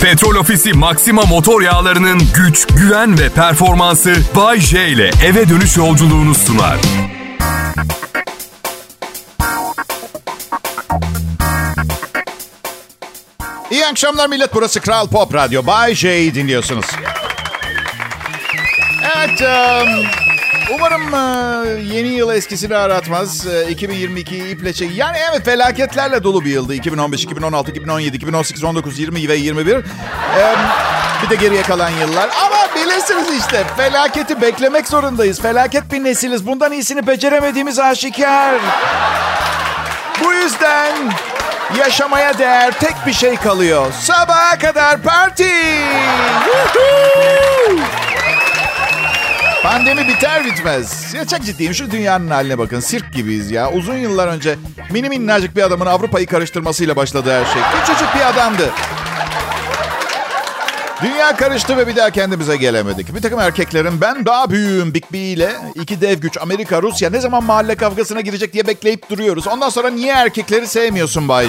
Petrol Ofisi Maxima motor yağlarının güç, güven ve performansı Bay J ile eve dönüş yolculuğunu sunar. İyi akşamlar millet. Burası Kral Pop Radyo. Bay J'yi dinliyorsunuz. Evet, umarım yeni yıl eskisini aratmaz. 2022'yi iple çek. Yani evet, felaketlerle dolu bir yıldı. 2015, 2016, 2017, 2018, 19, 20 ve 21. Bir de geriye kalan yıllar. Ama bilirsiniz işte, felaketi beklemek zorundayız. Felaket bir nesiliz. Bundan iyisini beceremediğimiz aşikar. Bu yüzden yaşamaya değer tek bir şey kalıyor. Sabaha kadar parti. Pandemi biter bitmez. Ya çok ciddiyim, şu dünyanın haline bakın. Sirk gibiyiz ya. Uzun yıllar önce mini minnacık bir adamın Avrupa'yı karıştırmasıyla başladı her şey. Küçücük bir adamdı. Dünya karıştı ve bir daha kendimize gelemedik. Bir takım erkeklerin ben daha büyüğüm Big B ile iki dev güç Amerika, Rusya ne zaman mahalle kavgasına girecek diye bekleyip duruyoruz. Ondan sonra niye erkekleri sevmiyorsun Bay J?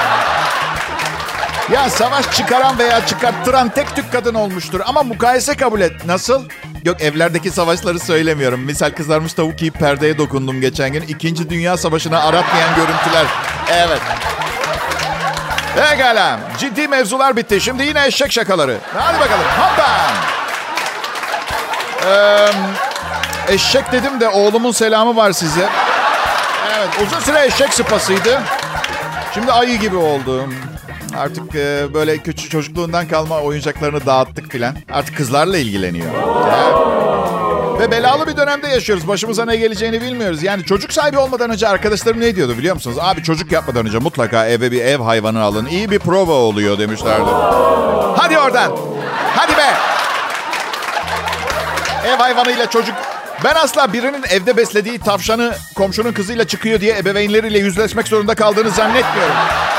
Ya savaş çıkaran veya çıkarttıran tek tük kadın olmuştur. Ama mukayese kabul et. Nasıl? Yok, evlerdeki savaşları söylemiyorum. Misal kızarmış tavuk yiyip perdeye dokundum geçen gün. 2. Dünya Savaşı'na aratmayan görüntüler. Evet. Pekala. Ciddi mevzular bitti. Şimdi yine eşek şakaları. Hadi bakalım. Hoppa. Eşek dedim de oğlumun selamı var size. Evet. Uzun süre eşek sıpasıydı. Şimdi ayı gibi oldu. Artık böyle küçük çocukluğundan kalma oyuncaklarını dağıttık filan. Artık kızlarla ilgileniyor. Ve belalı bir dönemde yaşıyoruz. Başımıza ne geleceğini bilmiyoruz. Yani çocuk sahibi olmadan önce arkadaşlarım ne diyordu biliyor musunuz? Abi çocuk yapmadan önce mutlaka eve bir ev hayvanı alın. İyi bir prova oluyor demişlerdi. Hadi oradan. Hadi be. Ev hayvanıyla çocuk. Ben asla birinin evde beslediği tavşanı komşunun kızıyla çıkıyor diye ebeveynleriyle yüzleşmek zorunda kaldığını zannetmiyorum.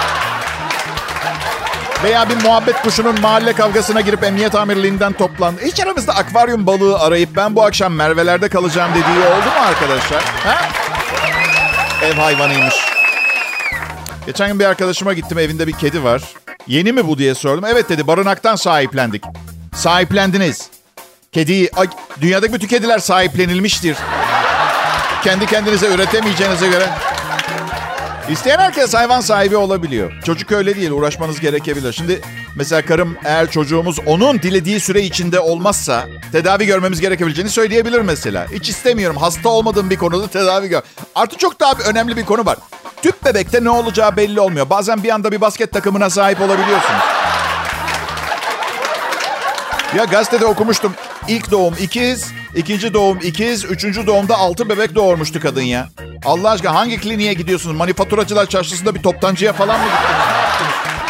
Veya bir muhabbet kuşunun mahalle kavgasına girip emniyet amirliğinden toplandı. Hiç aramızda akvaryum balığı arayıp ben bu akşam Merve'lerde kalacağım dediği oldu mu arkadaşlar? Ha? Ev hayvanıymış. Geçen gün bir arkadaşıma gittim, evinde bir kedi var. Yeni mi bu diye sordum. Evet dedi, barınaktan sahiplendik. Sahiplendiniz. Kediyi, dünyadaki bütün kediler sahiplenilmiştir. Kendi kendinize üretemeyeceğinize göre. İsteyen herkes hayvan sahibi olabiliyor. Çocuk öyle değil, uğraşmanız gerekebilir. Şimdi mesela karım eğer çocuğumuz onun dilediği süre içinde olmazsa tedavi görmemiz gerekebileceğini söyleyebilir mesela. Hiç istemiyorum, hasta olmadığım bir konuda tedavi gör. Artı çok daha önemli bir konu var. Tüp bebekte ne olacağı belli olmuyor. Bazen bir anda bir basket takımına sahip olabiliyorsunuz. Ya gazetede okumuştum. İlk doğum ikiz, ikinci doğum ikiz, üçüncü doğumda 6 bebek doğurmuştu kadın ya. Allah aşkına hangi kliniğe gidiyorsunuz? Manifaturacılar çarşısında bir toptancıya falan mı gittiniz? Ne yaptınız?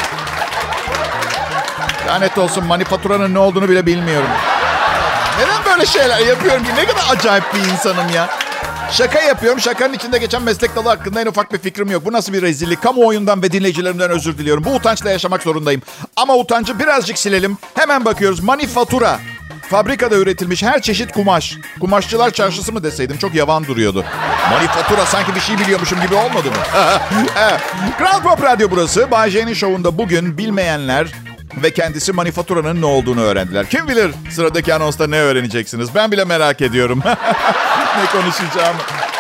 Lanet olsun, manifaturanın ne olduğunu bile bilmiyorum. Neden böyle şeyler yapıyorum ki? Ne kadar acayip bir insanım ya. Şaka yapıyorum. Şakanın içinde geçen meslek dalı hakkında en ufak bir fikrim yok. Bu nasıl bir rezillik? Kamuoyundan ve dinleyicilerimden özür diliyorum. Bu utançla yaşamak zorundayım. Ama utancı birazcık silelim. Hemen bakıyoruz. Manifatura. Fabrikada üretilmiş her çeşit kumaş. Kumaşçılar çarşısı mı deseydim çok yavan duruyordu. Manifatura sanki bir şey biliyormuşum gibi olmadı mı? Evet. Kral Pop Radyo burası. Bay J'nin şovunda bugün bilmeyenler ve kendisi manifaturanın ne olduğunu öğrendiler. Kim bilir sıradaki anonsta ne öğreneceksiniz? Ben bile merak ediyorum. Ne konuşacağım?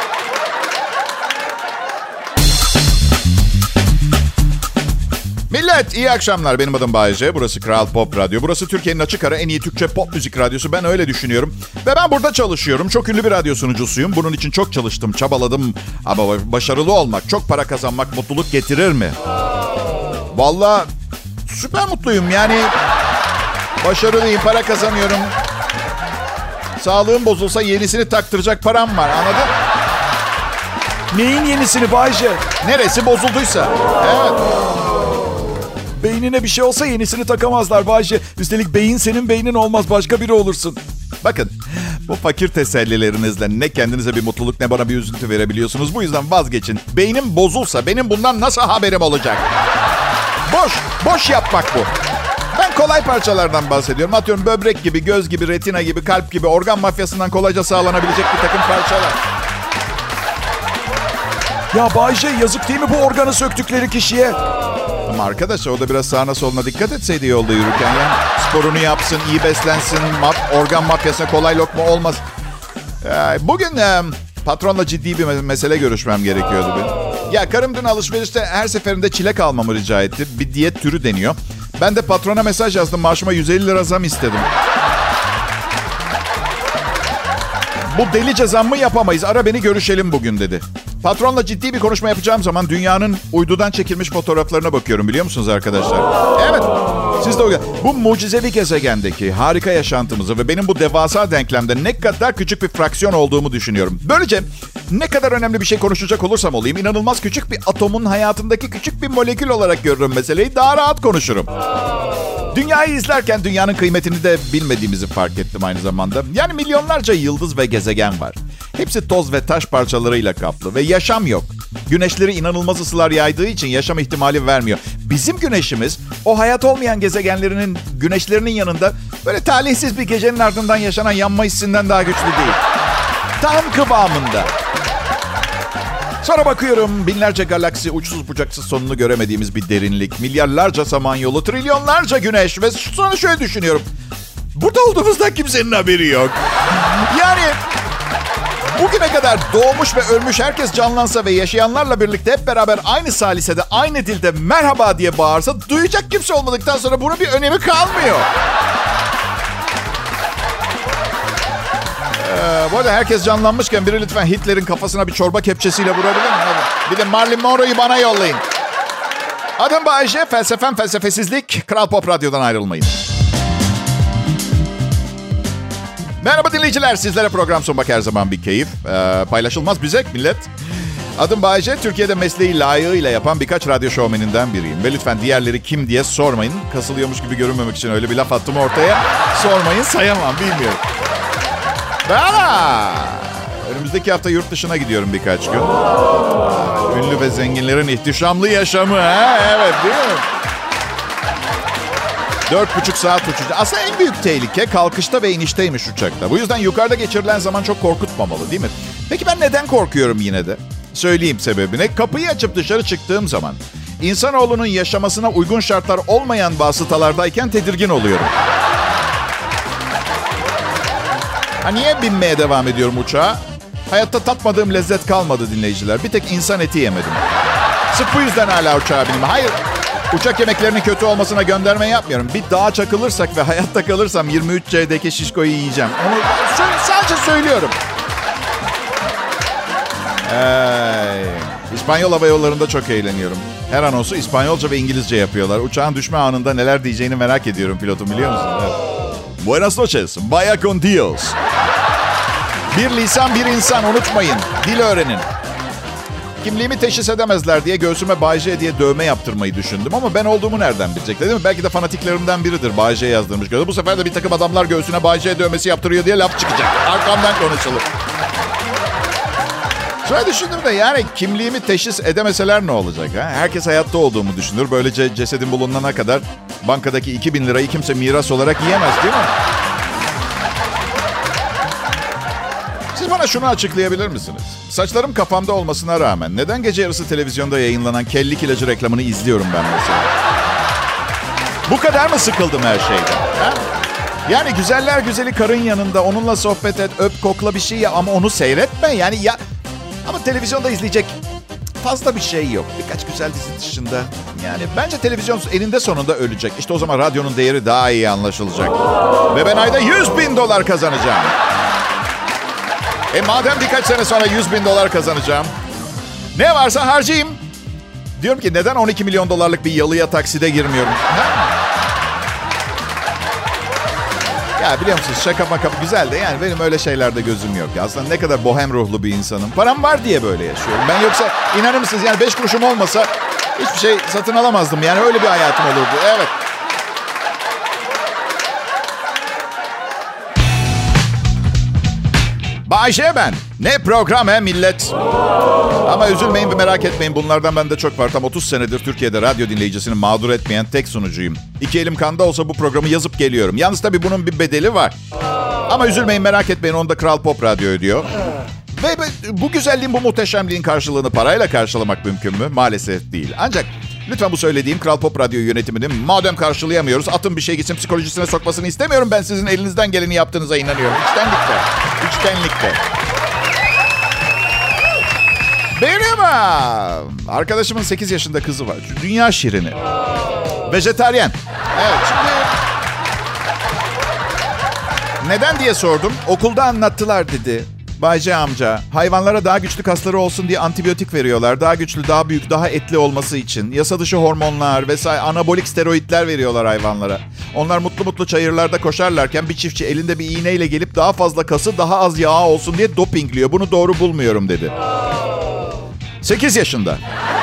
Millet iyi akşamlar. Benim adım Bay J. Burası Kral Pop Radyo. Burası Türkiye'nin açık ara en iyi Türkçe pop müzik radyosu. Ben öyle düşünüyorum. Ve ben burada çalışıyorum. Çok ünlü bir radyo sunucusuyum. Bunun için çok çalıştım, çabaladım. Ama başarılı olmak, çok para kazanmak mutluluk getirir mi? Vallahi süper mutluyum. Yani başarılıyım, para kazanıyorum. Sağlığım bozulsa yenisini taktıracak param var, anladın? Neyin yenisini Bay J? Neresi bozulduysa. Evet. Beynine bir şey olsa yenisini takamazlar Bay J. Üstelik beyin senin beynin olmaz, başka biri olursun. Bakın, bu fakir tesellilerinizle ne kendinize bir mutluluk ne bana bir üzüntü verebiliyorsunuz. Bu yüzden vazgeçin. Beynim bozulsa benim bundan nasıl haberim olacak? Boş yapmak bu. Ben kolay parçalardan bahsediyorum. Atıyorum böbrek gibi, göz gibi, retina gibi, kalp gibi, organ mafyasından kolayca sağlanabilecek bir takım parçalar. Ya Bay J, yazık değil mi bu organı söktükleri kişiye? Ama arkadaş o da biraz sağına soluna dikkat etseydi yolda yürürken ya. Sporunu yapsın, iyi beslensin, organ mafyasına kolay lokma olmaz. Bugün patronla ciddi bir mesele görüşmem gerekiyordu benim. Ya karım dün alışverişte her seferinde çilek almamı rica etti. Bir diyet türü deniyor. Ben de patrona mesaj yazdım. Maaşıma 150 lira zam istedim. Bu delice zammı yapamayız. Ara beni görüşelim bugün dedi. Patronla ciddi bir konuşma yapacağım zaman dünyanın uydudan çekilmiş fotoğraflarına bakıyorum biliyor musunuz arkadaşlar? Evet. Siz de bu mucizevi gezegendeki harika yaşantımızı ve benim bu devasa denklemde ne kadar küçük bir fraksiyon olduğumu düşünüyorum. Böylece ne kadar önemli bir şey konuşacak olursam olayım inanılmaz küçük bir atomun hayatındaki küçük bir molekül olarak görürüm meseleyi. Daha rahat konuşurum. Dünyayı izlerken dünyanın kıymetini de bilmediğimizi fark ettim aynı zamanda. Yani milyonlarca yıldız ve gezegen var. Hepsi toz ve taş parçalarıyla kaplı ve yaşam yok. Güneşleri inanılmaz ısılar yaydığı için yaşam ihtimali vermiyor. Bizim güneşimiz o hayat olmayan gezegenlerinin güneşlerinin yanında böyle talihsiz bir gecenin ardından yaşanan yanma hissinden daha güçlü değil. Tam kıvamında. Sonra bakıyorum binlerce galaksi, uçsuz bucaksız sonunu göremediğimiz bir derinlik, milyarlarca samanyolu, trilyonlarca güneş ve sonra şöyle düşünüyorum. Burada olduğumuzdan kimsenin haberi yok. Yani bugüne kadar doğmuş ve ölmüş herkes canlansa ve yaşayanlarla birlikte hep beraber aynı salisede, aynı dilde merhaba diye bağırsa duyacak kimse olmadıktan sonra bunun bir önemi kalmıyor. Bu arada herkes canlanmışken biri lütfen Hitler'in kafasına bir çorba kepçesiyle vurabilir mi? Hadi. Bir de Marilyn Monroe'yu bana yollayın. Adım Bayece, felsefem felsefesizlik. Kral Pop Radyo'dan ayrılmayın. Merhaba dinleyiciler, sizlere program sunmak her zaman bir keyif. Paylaşılmaz bir zevk millet. Adım Bayece, Türkiye'de mesleği layığıyla yapan birkaç radyo şovmeninden biriyim. Ve lütfen diğerleri kim diye sormayın. Kasılıyormuş gibi görünmemek için öyle bir laf attım ortaya. Sormayın, sayamam, bilmiyorum. Önümüzdeki hafta yurt dışına gidiyorum birkaç gün. Ünlü ve zenginlerin ihtişamlı yaşamı. Evet değil mi? 4,5 saat uçacağız. Aslında en büyük tehlike kalkışta ve inişteymiş uçakta. Bu yüzden yukarıda geçirilen zaman çok korkutmamalı değil mi? Peki ben neden korkuyorum yine de? Söyleyeyim sebebini. Kapıyı açıp dışarı çıktığım zaman insanoğlunun yaşamasına uygun şartlar olmayan vasıtalardayken tedirgin oluyorum. Niye binmeye devam ediyorum uçağa? Hayatta tatmadığım lezzet kalmadı dinleyiciler. Bir tek insan eti yemedim. Sırf bu yüzden hala uçağa bindim. Hayır, uçak yemeklerinin kötü olmasına gönderme yapmıyorum. Bir dağa çakılırsak ve hayatta kalırsam 23C'deki şişkoyu yiyeceğim. Onu sadece söylüyorum. İspanyol Hava Yolları'nda çok eğleniyorum. Her anonsu İspanyolca ve İngilizce yapıyorlar. Uçağın düşme anında neler diyeceğini merak ediyorum pilotum biliyor musun? Evet. Buenas noches, vaya con Dios. Bir lisan bir insan unutmayın. Dil öğrenin. Kimliğimi teşhis edemezler diye göğsüme Bay J diye dövme yaptırmayı düşündüm. Ama ben olduğumu nereden bilecekler değil mi? Belki de fanatiklerimden biridir Bay J yazdırmış. Bu sefer de bir takım adamlar göğsüne Bay J dövmesi yaptırıyor diye laf çıkacak. Arkamdan konuşulur. Sonra düşündüm de yani kimliğimi teşhis edemeseler ne olacak? Ha? Herkes hayatta olduğumu düşünür. Böylece cesedim bulunana kadar bankadaki 2.000 lirayı kimse miras olarak yiyemez değil mi? Siz bana şunu açıklayabilir misiniz? Saçlarım kafamda olmasına rağmen neden gece yarısı televizyonda yayınlanan kellik ilacı reklamını izliyorum ben mesela? Bu kadar mı sıkıldım her şeyden? Ha? Yani güzeller güzeli karın yanında onunla sohbet et, öp, kokla bir şey ya ama onu seyretme. Yani ya ama televizyonda izleyecek fazla bir şey yok. Birkaç güzel dizi dışında. Yani bence televizyon eninde sonunda ölecek. İşte o zaman radyonun değeri daha iyi anlaşılacak. Ve ben ayda $100.000 kazanacağım. Madem birkaç sene sonra $100.000 kazanacağım, ne varsa harcayayım. Diyorum ki neden 12 milyon dolarlık bir yalıya takside girmiyorum? Ya biliyor musunuz şaka maka güzel de yani benim öyle şeylerde gözüm yok. Ya. Aslında ne kadar bohem ruhlu bir insanım. Param var diye böyle yaşıyorum. Ben yoksa inanır mısınız yani 5 kuruşum olmasa hiçbir şey satın alamazdım. Yani öyle bir hayatım olurdu. Evet. Bay J ben. Ne program he millet. Ama üzülmeyin ve merak etmeyin. Bunlardan bende çok var. Tam 30 senedir Türkiye'de radyo dinleyicisini mağdur etmeyen tek sunucuyum. 2 elim kanda olsa bu programı yazıp geliyorum. Yalnız tabii bunun bir bedeli var. Ama üzülmeyin merak etmeyin. Onu da Kral Pop Radyo ödüyor. Ve bu güzelliğin, bu muhteşemliğin karşılığını parayla karşılamak mümkün mü? Maalesef değil. Ancak Lütfen bu söylediğim Kral Pop Radyo yönetiminin madem karşılayamıyoruz atın bir şey gitsin psikolojisine sokmasını istemiyorum. Ben sizin elinizden geleni yaptığınıza inanıyorum. İçtenlikle. İçtenlikle. Benim arkadaşımın 8 yaşında kızı var. Dünya şirini. Vejetaryen. Evet şimdi... Neden diye sordum. Okulda anlattılar dedi. Bayce amca, hayvanlara daha güçlü kasları olsun diye antibiyotik veriyorlar. Daha güçlü, daha büyük, daha etli olması için. Yasa dışı hormonlar vesaire anabolik steroidler veriyorlar hayvanlara. Onlar mutlu mutlu çayırlarda koşarlarken bir çiftçi elinde bir iğneyle gelip daha fazla kası, daha az yağ olsun diye dopingliyor. Bunu doğru bulmuyorum dedi. 8 yaşında.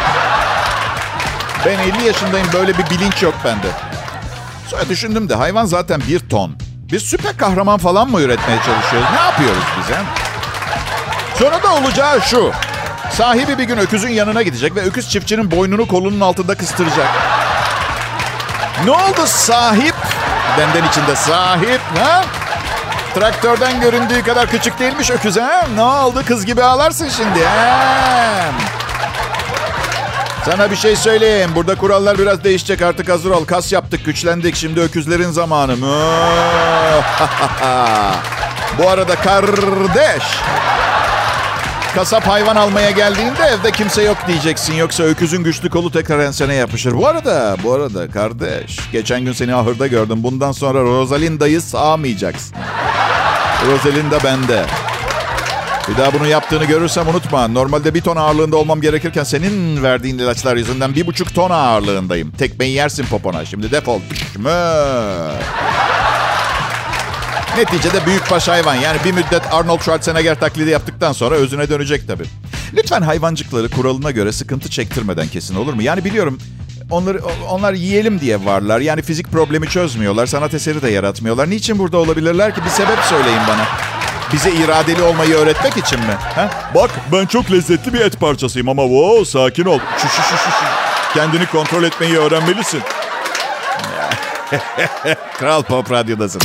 Ben 50 yaşındayım, böyle bir bilinç yok bende. Sonra düşündüm de hayvan zaten 1 ton. Biz süper kahraman falan mı üretmeye çalışıyoruz? Ne yapıyoruz biz he? Sonra da olacağı şu. Sahibi bir gün öküzün yanına gidecek ve öküz çiftçinin boynunu kolunun altında kıstıracak. Ne oldu sahip? Benden içinde sahip ha? Traktörden göründüğü kadar küçük değilmiş öküz ha? Ne oldu? Kız gibi ağlarsın şimdi ha? Sana bir şey söyleyeyim. Burada kurallar biraz değişecek. Artık hazır ol. Kas yaptık, güçlendik. Şimdi öküzlerin zamanı. Bu arada kardeş. Kasap hayvan almaya geldiğinde evde kimse yok diyeceksin. Yoksa öküzün güçlü kolu tekrar ensene yapışır. Bu arada kardeş. Geçen gün seni ahırda gördüm. Bundan sonra Rosalinda'yı sağmayacaksın. Rosalinda bende. Bir daha bunu yaptığını görürsem unutma. Normalde 1 ton ağırlığında olmam gerekirken senin verdiğin ilaçlar yüzünden 1,5 ton ağırlığındayım. Tekmeyi yersin popona. Şimdi defol. Neticede büyükbaş hayvan. Yani bir müddet Arnold Schwarzenegger taklidi yaptıktan sonra özüne dönecek tabii. Lütfen hayvancıkları kuralına göre sıkıntı çektirmeden kesin, olur mu? Yani biliyorum onlar yiyelim diye varlar. Yani fizik problemi çözmüyorlar. Sanat eseri de yaratmıyorlar. Niçin burada olabilirler ki? Bir sebep söyleyin bana. Bize iradeli olmayı öğretmek için mi? Ha? Bak ben çok lezzetli bir et parçasıyım ama sakin ol. Kendini kontrol etmeyi öğrenmelisin. Kral Pop Radyo'dasın.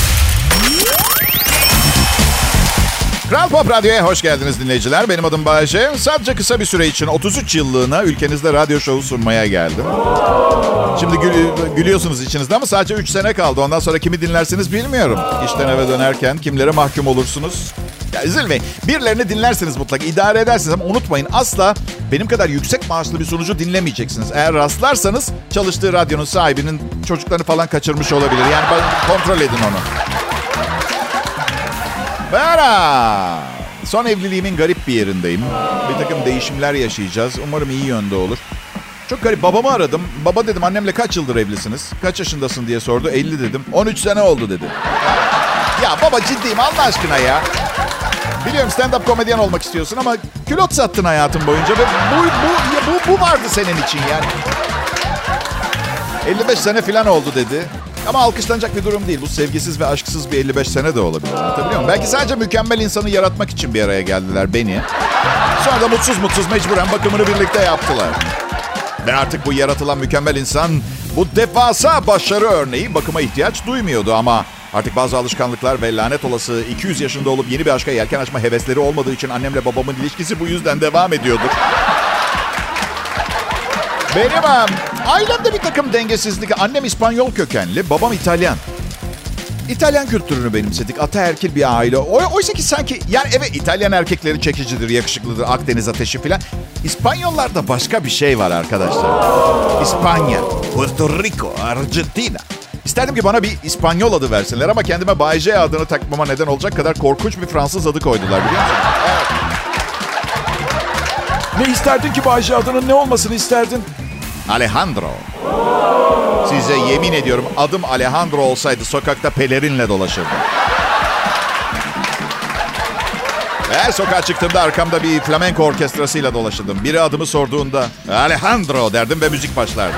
Kral Pop Radyo'ya hoş geldiniz dinleyiciler. Benim adım Bayece. Sadece kısa bir süre için 33 yıllığına ülkenizde radyo şovu sunmaya geldim. Şimdi gülüyorsunuz içinizde ama sadece 3 sene kaldı. Ondan sonra kimi dinlersiniz bilmiyorum. İşten eve dönerken kimlere mahkum olursunuz? Ya üzülmeyin. Birilerini dinlersiniz mutlaka. İdare edersiniz ama unutmayın asla benim kadar yüksek maaşlı bir sunucu dinlemeyeceksiniz. Eğer rastlarsanız çalıştığı radyonun sahibinin çocuklarını falan kaçırmış olabilir. Yani kontrol edin onu. Son evliliğimin garip bir yerindeyim. Bir takım değişimler yaşayacağız. Umarım iyi yönde olur. Çok garip. Babamı aradım. Baba dedim, annemle kaç yıldır evlisiniz? Kaç yaşındasın diye sordu. 50 dedim. 13 sene oldu dedi. Ya baba ciddiyim Allah aşkına ya. Biliyorum stand-up komedyen olmak istiyorsun ama külot sattın hayatın boyunca ve bu vardı senin için yani. 55 sene falan oldu dedi. Ama alkışlanacak bir durum değil. Bu sevgisiz ve aşksız bir 55 sene de olabilir. Anlatabiliyor muyum? Belki sadece mükemmel insanı yaratmak için bir araya geldiler, beni. Sonra da mutsuz mecburen bakımını birlikte yaptılar. Ve artık bu yaratılan mükemmel insan, bu devasa başarı örneği bakıma ihtiyaç duymuyordu ama artık bazı alışkanlıklar ve lanet olası 200 yaşında olup yeni bir aşka yelken açma hevesleri olmadığı için annemle babamın ilişkisi bu yüzden devam ediyordur. Benim ailemde bir takım dengesizlik. Annem İspanyol kökenli, babam İtalyan. İtalyan kültürünü benimsedik. Ataerkil bir aile. Oysa ki sanki yani evet İtalyan erkekleri çekicidir, yakışıklıdır, Akdeniz ateşi filan. İspanyollarda başka bir şey var arkadaşlar. İspanya, Puerto Rico, Arjantina. İsterdim ki bana bir İspanyol adı versinler ama kendime Bay J adını takmama neden olacak kadar korkunç bir Fransız adı koydular, biliyor musun? Evet. Ne isterdin ki Bayce, adının ne olmasını isterdin? Alejandro. Size yemin ediyorum adım Alejandro olsaydı sokakta pelerinle dolaşırdım. Her sokağa çıktığımda arkamda bir flamenko orkestrasıyla dolaşırdım. Biri adımı sorduğunda Alejandro derdim ve müzik başlardı.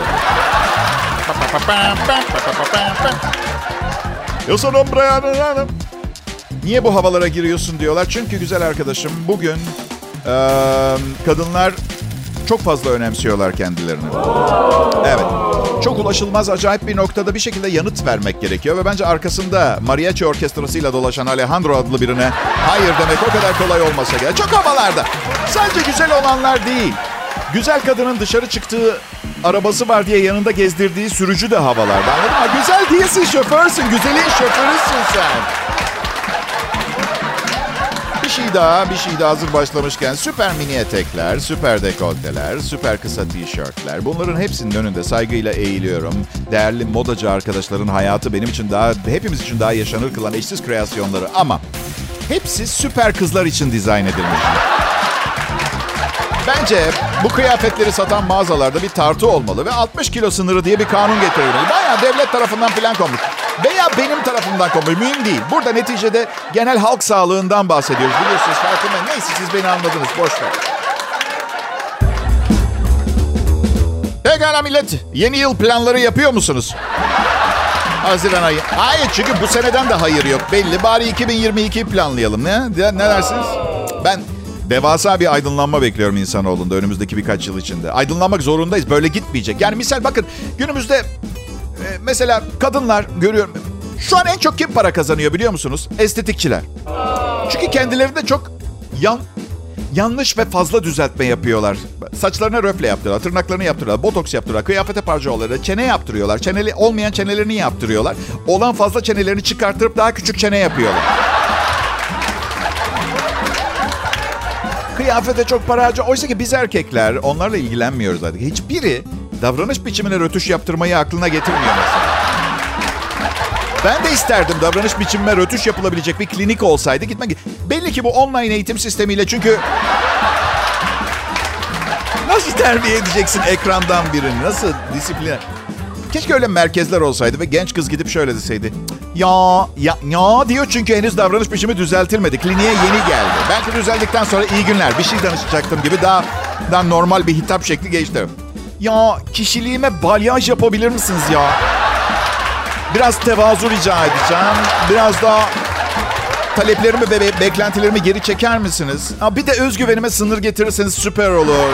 Yo soy hombre. Niye bu havalara giriyorsun diyorlar. Çünkü güzel arkadaşım bugün kadınlar çok fazla önemsiyorlar kendilerini. Evet. Çok ulaşılmaz acayip bir noktada bir şekilde yanıt vermek gerekiyor. Ve bence arkasında mariachi orkestrasıyla dolaşan Alejandro adlı birine hayır demek o kadar kolay olmasa gerek. Çok havalarda. Sadece güzel olanlar değil. Güzel kadının dışarı çıktığı arabası var diye yanında gezdirdiği sürücü de havalarda. Anladın mı? Güzel değilsin, şoförsün. Güzelin şoförüsün sen. Bir şey daha hazır başlamışken süper mini etekler, süper dekolteler, süper kısa tişörtler. Bunların hepsinin önünde saygıyla eğiliyorum. Değerli modacı arkadaşların hayatı benim için hepimiz için daha yaşanır kılan eşsiz kreasyonları. Ama hepsi süper kızlar için dizayn edilmiş. Bence bu kıyafetleri satan mağazalarda bir tartı olmalı ve 60 kilo sınırı diye bir kanun getirilmeli. Bayağı devlet tarafından falan konmuş. Veya benim tarafımdan konmuş. Mühim değil. Burada neticede genel halk sağlığından bahsediyoruz. Biliyorsunuz, farkındayım. Neyse, siz beni anladınız. Boş ver. Pekala millet. Yeni yıl planları yapıyor musunuz? Haziran ayı. Hayır, çünkü bu seneden de hayır yok. Belli. Bari 2022'yi planlayalım. Ne dersiniz? Ben devasa bir aydınlanma bekliyorum insanoğlunda önümüzdeki birkaç yıl içinde. Aydınlanmak zorundayız. Böyle gitmeyecek. Yani misal bakın, günümüzde mesela kadınlar görüyorum. Şu an en çok kim para kazanıyor biliyor musunuz? Estetikçiler. Çünkü kendilerinde çok yanlış ve fazla düzeltme yapıyorlar. Saçlarına röfle yaptırıyorlar, tırnaklarını yaptırıyorlar, botoks yaptırıyorlar, kıyafete parçalıyorlar, çene yaptırıyorlar, çeneli olmayan çenelerini yaptırıyorlar. Olan fazla çenelerini çıkarttırıp daha küçük çene yapıyorlar. Kıyafete çok para harcıyor. Oysa ki biz erkekler onlarla ilgilenmiyoruz artık. Hiçbiri davranış biçimine rötuş yaptırmayı aklına getirmiyor mesela. Ben de isterdim davranış biçimime rötuş yapılabilecek bir klinik olsaydı gitmek. Belli ki bu online eğitim sistemiyle, çünkü nasıl terbiye edeceksin ekrandan birini? Nasıl disipline? Keşke öyle merkezler olsaydı ve genç kız gidip şöyle deseydi. Ya diyor çünkü henüz davranış biçimi düzeltilmedi. Kliniğe yeni geldi. Belki düzeldikten sonra iyi günler, bir şey danışacaktım gibi daha normal bir hitap şekli geçti. Ya kişiliğime balyaj yapabilir misiniz ya? Biraz tevazu rica edeceğim. Biraz daha taleplerimi ve beklentilerimi geri çeker misiniz? Bir de özgüvenime sınır getirirseniz süper olur.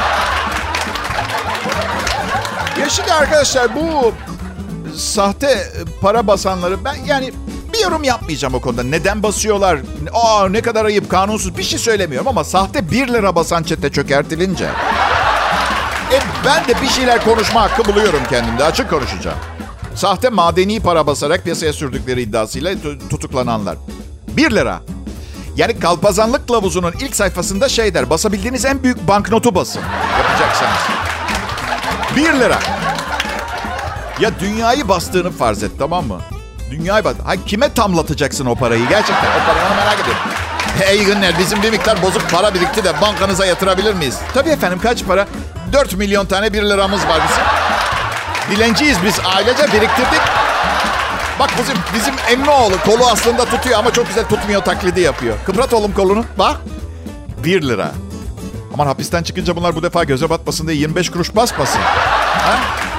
Ya şimdi arkadaşlar, bu sahte para basanları, ben yani bir yorum yapmayacağım o konuda. Neden basıyorlar? Ne kadar ayıp, kanunsuz, bir şey söylemiyorum ama sahte 1 lira basan çete çökertilince ben de bir şeyler konuşma hakkı buluyorum kendimde. Açık konuşacağım. Sahte madeni para basarak piyasaya sürdükleri iddiasıyla tutuklananlar. 1 lira. Yani kalpazanlık kılavuzunun ilk sayfasında şey der: basabildiğiniz en büyük banknotu basın yapacaksanız. 1 lira. Ya dünyayı bastığını farz et, tamam mı? Dünyayı bastı. Kime tamlatacaksın o parayı gerçekten? O parayı, onu merak ediyorum. Hey günler, bizim bir miktar bozuk para birikti de bankanıza yatırabilir miyiz? Tabii efendim, kaç para? 4 milyon tane 1 liramız var bizim. Dilenciyiz biz, ailece biriktirdik. Bak bizim Emmoğlu kolu aslında tutuyor ama çok güzel tutmuyor taklidi yapıyor. Kıprat oğlum kolunu, bak. 1 lira. Aman hapisten çıkınca bunlar bu defa göze batmasın diye 25 kuruş basmasın. Ha?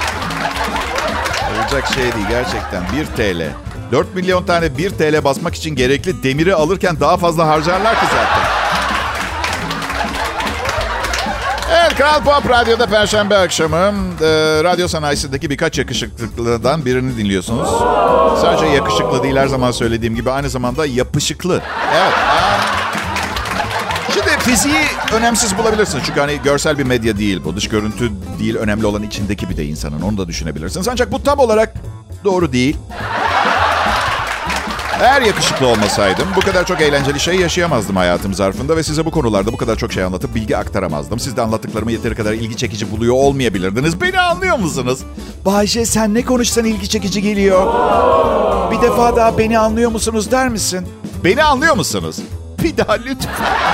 Olacak şey değil gerçekten. 1 TL. 4 milyon tane 1 TL basmak için gerekli demiri alırken daha fazla harcarlar ki zaten. Evet, Kral Pop Radyo'da Perşembe akşamı radyo sanayisindeki birkaç yakışıklıdan birini dinliyorsunuz. Sadece yakışıklı değil, her zaman söylediğim gibi aynı zamanda yapışıklı. Evet. Şimdi fiziği önemsiz bulabilirsiniz. Çünkü hani görsel bir medya değil bu. Dış görüntü değil, önemli olan içindeki bir de insanın. Onu da düşünebilirsiniz. Ancak bu tam olarak doğru değil. Eğer yakışıklı olmasaydım bu kadar çok eğlenceli şey yaşayamazdım hayatım zarfında ve size bu konularda bu kadar çok şey anlatıp bilgi aktaramazdım. Siz de anlattıklarımı yeteri kadar ilgi çekici buluyor olmayabilirdiniz. Beni anlıyor musunuz? Bayşe, sen ne konuşsan ilgi çekici geliyor. Bir defa daha beni anlıyor musunuz der misin? Beni anlıyor musunuz? Bir daha lütfen.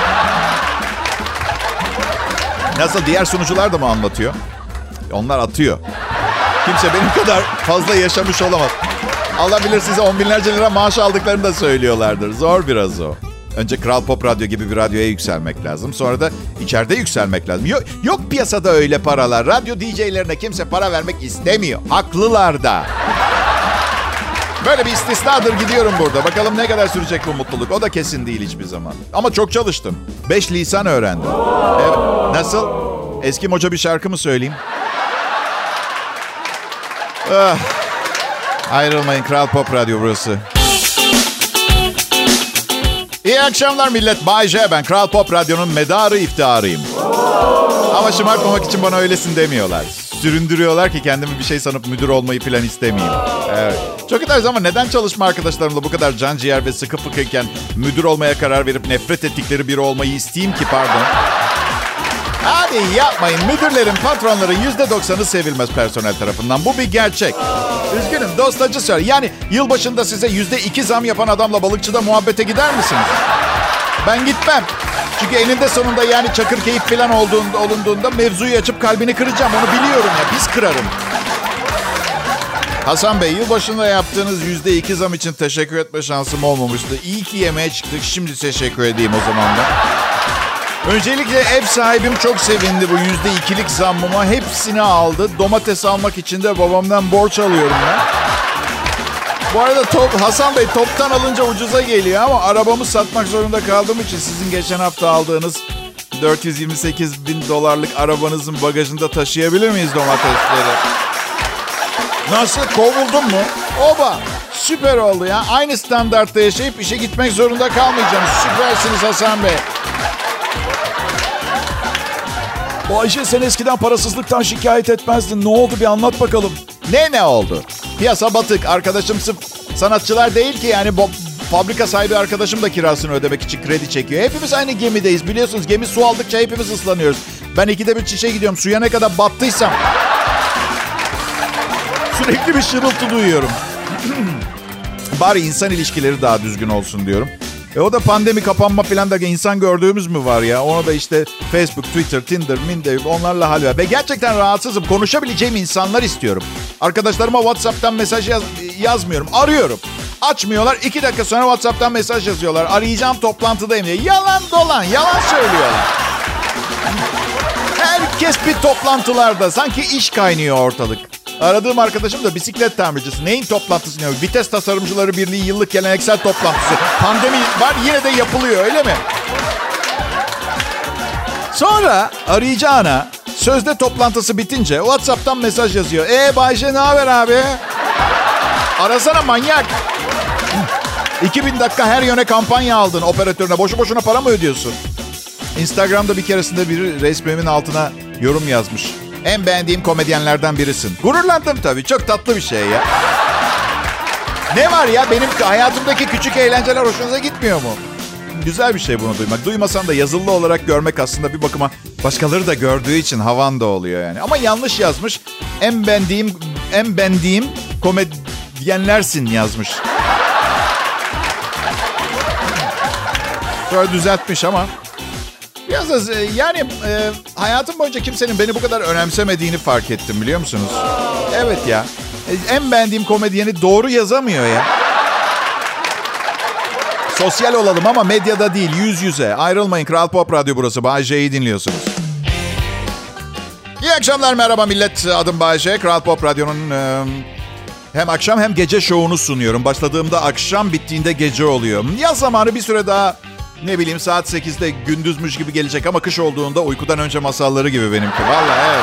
Nasıl, diğer sunucular da mı anlatıyor? Onlar atıyor. Kimse benim kadar fazla yaşamış olamaz. Allah bilir, size 10 binlerce lira maaş aldıklarını da söylüyorlardır. Zor biraz o. Önce Kral Pop Radyo gibi bir radyoya yükselmek lazım. Sonra da içeride yükselmek lazım. Yok piyasada öyle paralar. Radyo DJ'lerine kimse para vermek istemiyor. Haklılar da. Böyle bir istisnadır, gidiyorum burada. Bakalım ne kadar sürecek bu mutluluk. O da kesin değil hiçbir zaman. Ama çok çalıştım. 5 lisan öğrendim. Evet. Nasıl? Eski moca bir şarkı mı söyleyeyim? Ayrılmayın, Kral Pop Radyo burası. İyi akşamlar millet. Bay J ben. Kral Pop Radyo'nun medarı iftiharıyım. Ama Ama şımartmamak için bana öylesin demiyorlar. Süründürüyorlar ki kendimi bir şey sanıp müdür olmayı falan istemeyeyim. Evet. Çok güzel ama neden çalışma arkadaşlarımla bu kadar can ciğer ve sıkı fıkıyken müdür olmaya karar verip nefret ettikleri biri olmayı isteyeyim ki, pardon. Hadi yapmayın. Müdürlerin, patronların %90'ı sevilmez personel tarafından. Bu bir gerçek. Üzgünüm, dost acı söyle. Yani yılbaşında size %2 zam yapan adamla balıkçıda muhabbete gider misiniz? Ben gitmem. Çünkü eninde sonunda yani çakır keyif falan olunduğunda mevzuyu açıp kalbini kıracağım. Onu biliyorum ya. Pis kırarım. Hasan Bey, yılbaşında yaptığınız %2 zam için teşekkür etme şansım olmamıştı. İyi ki yemeğe çıktık. Şimdi teşekkür edeyim o zaman da. Öncelikle ev sahibim çok sevindi bu %2'lik zammıma. Hepsini aldı. Domates almak için de babamdan borç alıyorum ben. Bu arada Hasan Bey, toptan alınca ucuza geliyor ama arabamı satmak zorunda kaldığım için sizin geçen hafta aldığınız $428.000 arabanızın bagajında taşıyabilir miyiz domatesleri? Nasıl, kovuldun mu? Oba, süper oldu ya. Aynı standartta yaşayıp işe gitmek zorunda kalmayacağım. Süpersiniz Hasan Bey. Ayşe, sen eskiden parasızlıktan şikayet etmezdin. Ne oldu, bir anlat bakalım. Ne oldu? Piyasa batık. Arkadaşım sırf sanatçılar değil ki yani fabrika sahibi arkadaşım da kirasını ödemek için kredi çekiyor. Hepimiz aynı gemideyiz biliyorsunuz. Gemi su aldıkça hepimiz ıslanıyoruz. Ben 2'de bir çişe gidiyorum. Suya ne kadar battıysam. Sürekli bir şırıltı duyuyorum. Bari insan ilişkileri daha düzgün olsun diyorum. O da pandemi, kapanma falan derken insan gördüğümüz mü var ya? Ona da işte Facebook, Twitter, Tinder, Minder onlarla hal ver. Ve gerçekten rahatsızım. Konuşabileceğim insanlar istiyorum. Arkadaşlarıma WhatsApp'tan mesaj yazmıyorum. Arıyorum. Açmıyorlar. 2 dakika sonra WhatsApp'tan mesaj yazıyorlar. Arayacağım, toplantıdayım diye. Yalan dolan. Yalan söylüyorlar. Herkes bir toplantılarda. Sanki iş kaynıyor ortalık. Aradığım arkadaşım da bisiklet tamircisi. Neyin toplantısı diyor? Vites Tasarımcıları Birliği yıllık geleneksel toplantısı. Pandemi var, yine de yapılıyor, öyle mi? Sonra arayacağına sözde toplantısı bitince WhatsApp'tan mesaj yazıyor. Bayce, ne haber abi? Arasana manyak. 2000 dakika her yöne kampanya aldın operatörüne. Boşu boşuna para mı ödüyorsun? Instagram'da bir keresinde biri resmimin altına yorum yazmış. En beğendiğim komedyenlerden birisin. Gururlandım tabii. Çok tatlı bir şey ya. Ne var ya? Benim hayatımdaki küçük eğlenceler hoşunuza gitmiyor mu? Güzel bir şey bunu duymak. Duymasan da yazılı olarak görmek aslında bir bakıma başkaları da gördüğü için havan da oluyor yani. Ama yanlış yazmış. En beğendiğim komedyenlersin yazmış. Şöyle düzeltmiş ama. Biraz da yani hayatım boyunca kimsenin beni bu kadar önemsemediğini fark ettim, biliyor musunuz? Evet ya. En beğendiğim komedyeni doğru yazamıyor ya. Sosyal olalım ama medyada değil, yüz yüze. Ayrılmayın, Kral Pop Radyo burası. Bay J'yi dinliyorsunuz. İyi akşamlar, merhaba millet. Adım Bay J. Kral Pop Radyo'nun hem akşam hem gece şovunu sunuyorum. Başladığımda akşam, bittiğinde gece oluyor. Yaz zamanı bir süre daha... Ne bileyim, saat 8'de gündüzmüş gibi gelecek ama kış olduğunda uykudan önce masalları gibi benimki. Vallahi evet.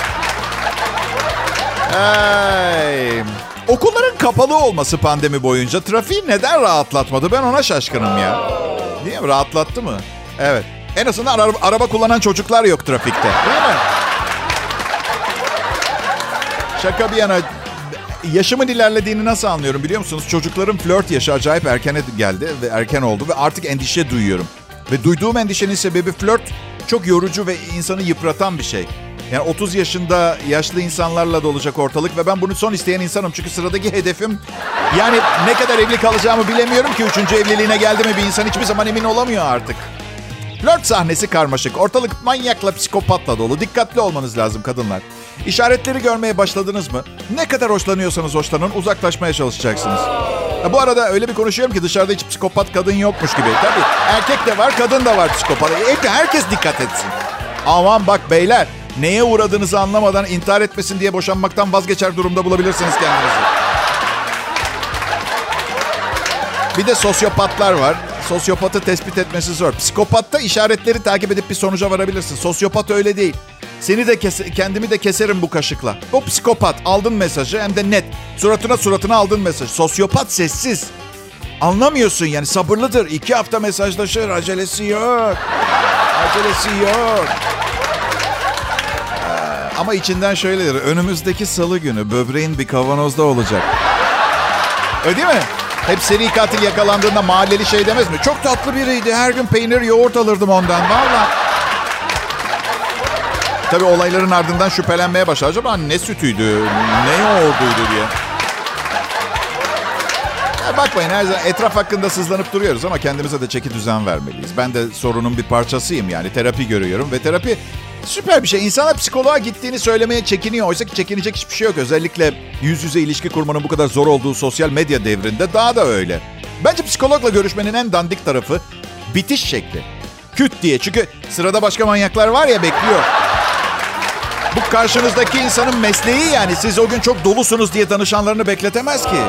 Hey. Okulların kapalı olması pandemi boyunca trafiği neden rahatlatmadı? Ben ona şaşkınım ya. Değil mi? Rahatlattı mı? Evet. En azından araba kullanan çocuklar yok trafikte. Değil mi? Şaka bir yana... Yaşımın ilerlediğini nasıl anlıyorum biliyor musunuz? Çocukların flört yaşı acayip erkene geldi ve erken oldu ve artık endişe duyuyorum. Ve duyduğum endişenin sebebi flört çok yorucu ve insanı yıpratan bir şey. Yani 30 yaşında yaşlı insanlarla dolacak ortalık ve ben bunu son isteyen insanım. Çünkü sıradaki hedefim, yani ne kadar evli kalacağımı bilemiyorum ki 3. evliliğine geldi mi bir insan hiçbir zaman emin olamıyor artık. Flört sahnesi karmaşık. Ortalık manyakla, psikopatla dolu. Dikkatli olmanız lazım kadınlar. İşaretleri görmeye başladınız mı? Ne kadar hoşlanıyorsanız hoşlanın, uzaklaşmaya çalışacaksınız. Bu arada öyle bir konuşuyorum ki dışarıda hiç psikopat kadın yokmuş gibi. Tabii erkek de var, kadın da var psikopat. Herkes dikkat etsin. Aman bak beyler, neye uğradığınızı anlamadan intihar etmesin diye boşanmaktan vazgeçer durumda bulabilirsiniz kendinizi. Bir de sosyopatlar var. Sosyopatı tespit etmesi zor. Psikopatta işaretleri takip edip bir sonuca varabilirsin. Sosyopat öyle değil. Seni de kendimi de keserim bu kaşıkla. O psikopat. Aldın mesajı, hem de net. Suratına aldın mesajı. Sosyopat sessiz. Anlamıyorsun yani, sabırlıdır. 2 hafta mesajlaşır. Acelesi yok. Ama içinden şöyledir. Önümüzdeki salı günü böbreğin bir kavanozda olacak. Öyle değil mi? Hep seri katil yakalandığında mahalleli şey demez mi? Çok tatlı biriydi. Her gün peynir, yoğurt alırdım ondan. Vallahi. Tabii olayların ardından şüphelenmeye başlar. Acaba ne sütüydü, ne yoğurduydu diye. Bakmayın, her zaman etraf hakkında sızlanıp duruyoruz ama kendimize de çeki düzen vermeliyiz. Ben de sorunun bir parçasıyım yani. Terapi görüyorum ve terapi süper bir şey. İnsanlar psikoloğa gittiğini söylemeye çekiniyor. Oysa ki çekinecek hiçbir şey yok. Özellikle yüz yüze ilişki kurmanın bu kadar zor olduğu sosyal medya devrinde daha da öyle. Bence psikologla görüşmenin en dandik tarafı bitiş şekli. Küt diye. Çünkü sırada başka manyaklar var ya, bekliyor. Bu karşınızdaki insanın mesleği yani. Siz o gün çok dolusunuz diye danışanlarını bekletemez ki.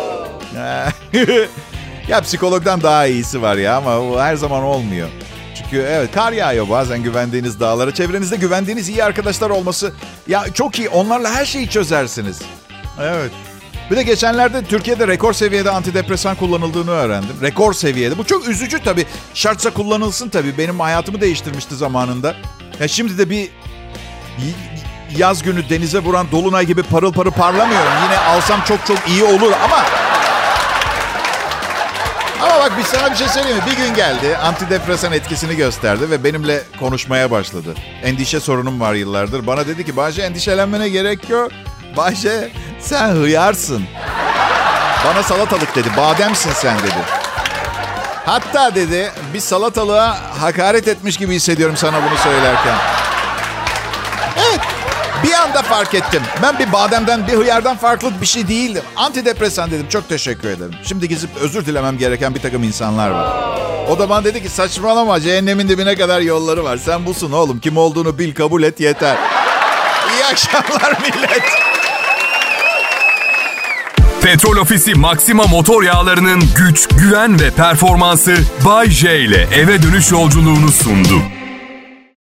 Ya psikologdan daha iyisi var ya ama o her zaman olmuyor. Çünkü evet, kar yağıyor bazen güvendiğiniz dağlara. Çevrenizde güvendiğiniz iyi arkadaşlar olması ya çok iyi. Onlarla her şeyi çözersiniz. Evet. Bir de geçenlerde Türkiye'de rekor seviyede antidepresan kullanıldığını öğrendim. Rekor seviyede. Bu çok üzücü tabii. Şartsa kullanılsın tabii. Benim hayatımı değiştirmişti zamanında. Ya şimdi de bir yaz günü denize vuran dolunay gibi parıl parıl parlamıyorum. Yine alsam çok çok iyi olur ama bak biz sana bir şey söyleyeyim mi? Bir gün geldi, antidepresan etkisini gösterdi ve benimle konuşmaya başladı. Endişe sorunum var yıllardır. Bana dedi ki, Bayce endişelenmene gerek yok. Bayce sen hıyarsın. Bana salatalık dedi, bademsin sen dedi. Hatta dedi, bir salatalığa hakaret etmiş gibi hissediyorum sana bunu söylerken. Evet. Bir anda fark ettim. Ben bir bademden, bir hıyardan farklı bir şey değildim. Antidepresan dedim. Çok teşekkür ederim. Şimdi gidip özür dilemem gereken bir takım insanlar var. O da bana dedi ki, saçmalama, cehennemin dibine kadar yolları var. Sen busun oğlum. Kim olduğunu bil, kabul et, yeter. İyi akşamlar millet. Petrol Ofisi Maxima motor yağlarının güç, güven ve performansı Bay J ile eve dönüş yolculuğunu sundu.